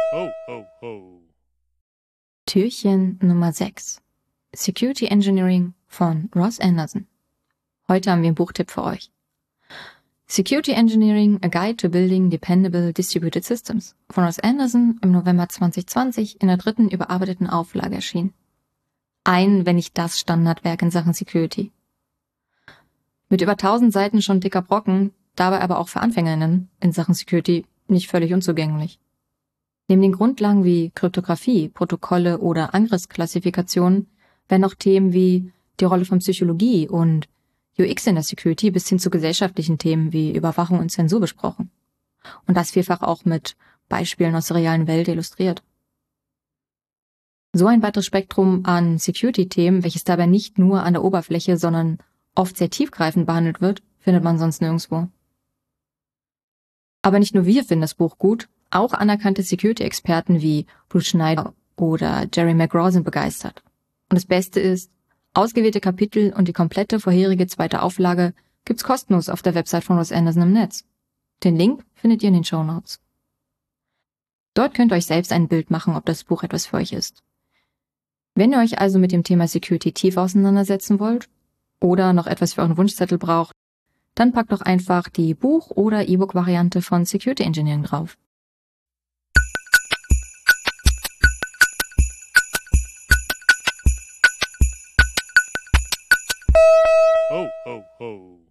Ho, ho, ho. Türchen Nummer 6. Security Engineering von Ross Anderson. Heute haben wir einen Buchtipp für euch. Security Engineering, A Guide to Building Dependable Distributed Systems von Ross Anderson im November 2020 in der 3. überarbeiteten Auflage erschienen. Ein, wenn nicht das Standardwerk in Sachen Security. Mit über 1000 Seiten schon dicker Brocken, dabei aber auch für AnfängerInnen in Sachen Security nicht völlig unzugänglich. Neben den Grundlagen wie Kryptographie, Protokolle oder Angriffsklassifikationen werden auch Themen wie die Rolle von Psychologie und UX in der Security bis hin zu gesellschaftlichen Themen wie Überwachung und Zensur besprochen. Und das vielfach auch mit Beispielen aus der realen Welt illustriert. So ein weiteres Spektrum an Security-Themen, welches dabei nicht nur an der Oberfläche, sondern oft sehr tiefgreifend behandelt wird, findet man sonst nirgendwo. Aber nicht nur wir finden das Buch gut, auch anerkannte Security-Experten wie Bruce Schneider oder Jerry McGraw sind begeistert. Und das Beste ist, ausgewählte Kapitel und die komplette vorherige 2. Auflage gibt's kostenlos auf der Website von Ross Anderson im Netz. Den Link findet ihr in den Shownotes. Dort könnt ihr euch selbst ein Bild machen, ob das Buch etwas für euch ist. Wenn ihr euch also mit dem Thema Security tief auseinandersetzen wollt oder noch etwas für euren Wunschzettel braucht, dann packt doch einfach die Buch- oder E-Book-Variante von Security Engineering drauf. Ho, ho, ho.